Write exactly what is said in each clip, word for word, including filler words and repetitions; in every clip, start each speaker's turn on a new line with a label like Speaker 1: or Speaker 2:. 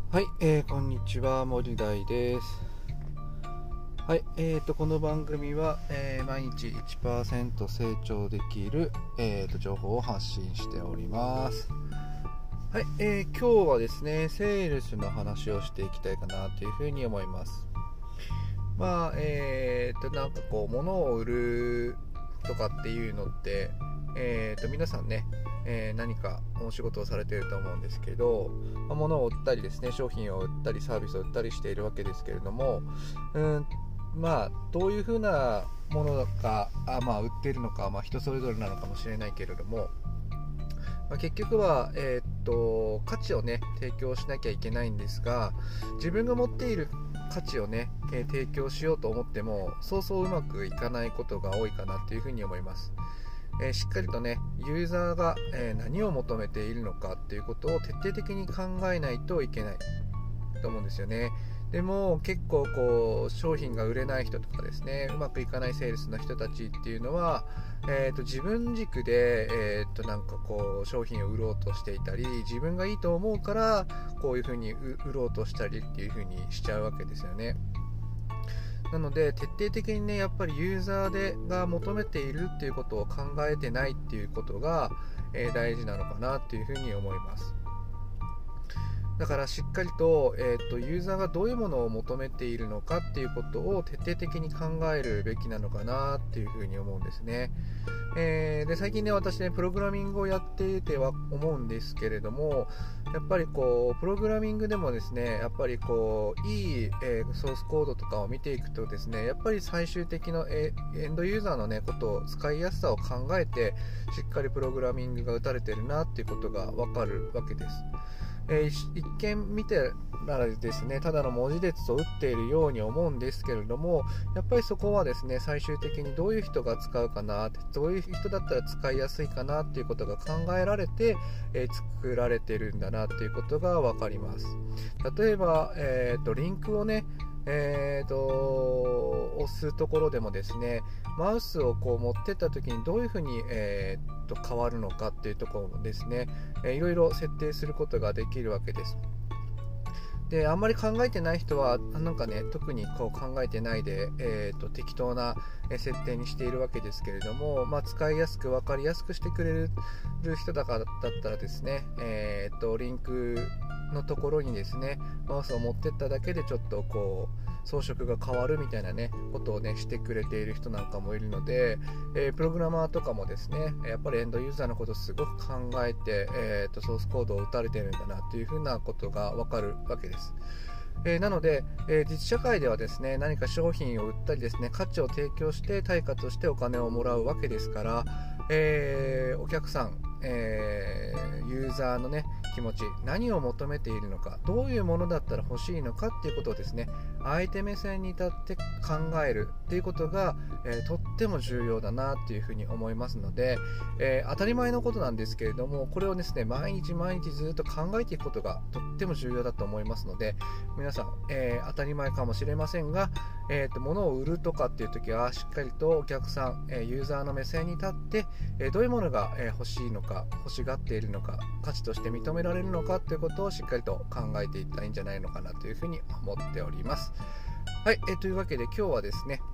Speaker 1: はい、えー、こんにちは、森大です。はい、えーと、この番組は、えー、毎日 いちパーセント 成長できる、えーと、情報を発信しております。はい、えー、今日はですね、セールスの話をしていきたいかなというふうに思います。まあ、えーと、なんかこう、物を売るとかっていうのって、えーと、皆さんね、えー、何かお仕事をされていると思うんですけど、まあ、物を売ったりですね、商品を売ったりサービスを売ったりしているわけですけれども、うんまあどういうふうなものがあ、まあ、売っているのか、まあ、人それぞれなのかもしれないけれども、まあ、結局は、えーっと価値をね提供しなきゃいけないんですが、自分が持っている価値をね、えー提供しようと思ってもそうそううまくいかないことが多いかなというふうに思います。えーしっかりとねユーザーが、えー何を求めているのかっていうことを徹底的に考えないといけないと思うんですよね。でも結構こう商品が売れない人とかですね、うまくいかないセールスの人たちっていうのは、えー、と自分軸で、えー、となんかこう商品を売ろうとしていたり、自分がいいと思うからこういう風に売ろうとしたりっていう風にしちゃうわけですよね。なので徹底的にねやっぱりユーザーでが求めているっていうことを考えてないっていうことが、えー大事なのかなっていう風に思います。だからしっかりと、えーと、ユーザーがどういうものを求めているのかっていうことを徹底的に考えるべきなのかなっていうふうに思うんですね。えー、で最近ね私ねプログラミングをやっていては思うんですけれども、やっぱりこうプログラミングでもですねやっぱりこういい、えーソースコードとかを見ていくとですね、やっぱり最終的なエエンドユーザーのねことを使いやすさを考えてしっかりプログラミングが打たれてるなっていうことがわかるわけです。えー一見見てならですねただの文字列を打っているように思うんですけれども、やっぱりそこはですね最終的にどういう人が使うかな、どういう人だったら使いやすいかなっていうことが考えられて、えー作られてるんだなっていうことが分かります。例えば、えーとリンクをねえーと押すところでもですね、マウスをこう持ってった時にどういうふうに、えーと変わるのかっていうところもですね、えーいろいろ設定することができるわけです。であんまり考えてない人はなんかね特にこう考えてないで、えーと適当なえー設定にしているわけですけれども、まあ、使いやすく分かりやすくしてくれる人だからだったらですね、えーとリンクのところにですねマウスを持ってっただけでちょっとこう装飾が変わるみたいなねことをねしてくれている人なんかもいるので、えープログラマーとかもですねやっぱりエンドユーザーのことをすごく考えて、えーとソースコードを打たれてるんだなというふうなことが分かるわけです。えーなので、えー実社会ではですね何か商品を売ったりですね価値を提供して対価としてお金をもらうわけですから、えーお客さん、えーユーザーのね気持ち、何を求めているのか、どういうものだったら欲しいのかっていうことをですね相手目線に立って考えるっていうことが、えーとっても重要だなっていうふうに思いますので、えー当たり前のことなんですけれども、これをですね毎日毎日ずっと考えていくことがとっても重要だと思いますので、皆さん、えー当たり前かもしれませんが、えーと物を売るとかっていう時はしっかりとお客さん、えーユーザーの目線に立って、えーどういうものが、えー欲しいのか、欲しがっているのか、価値として認められるのかということをしっかりと考えていったらいいんじゃないのかなというふうに思っております。はい、えーというわけで今日はですね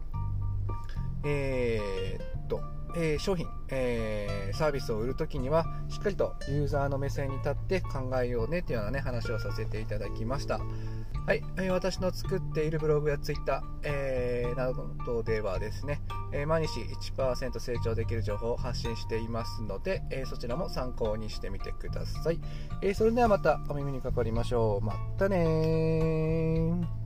Speaker 1: えーっと、えー商品、えーサービスを売るときにはしっかりとユーザーの目線に立って考えようねというようなね話をさせていただきました。はい、えー私の作っているブログやツイッター、えーなどではですね、えー毎日 いちパーセント 成長できる情報を発信していますので、えーそちらも参考にしてみてください。えーそれではまたお耳にかかりましょう。またねー。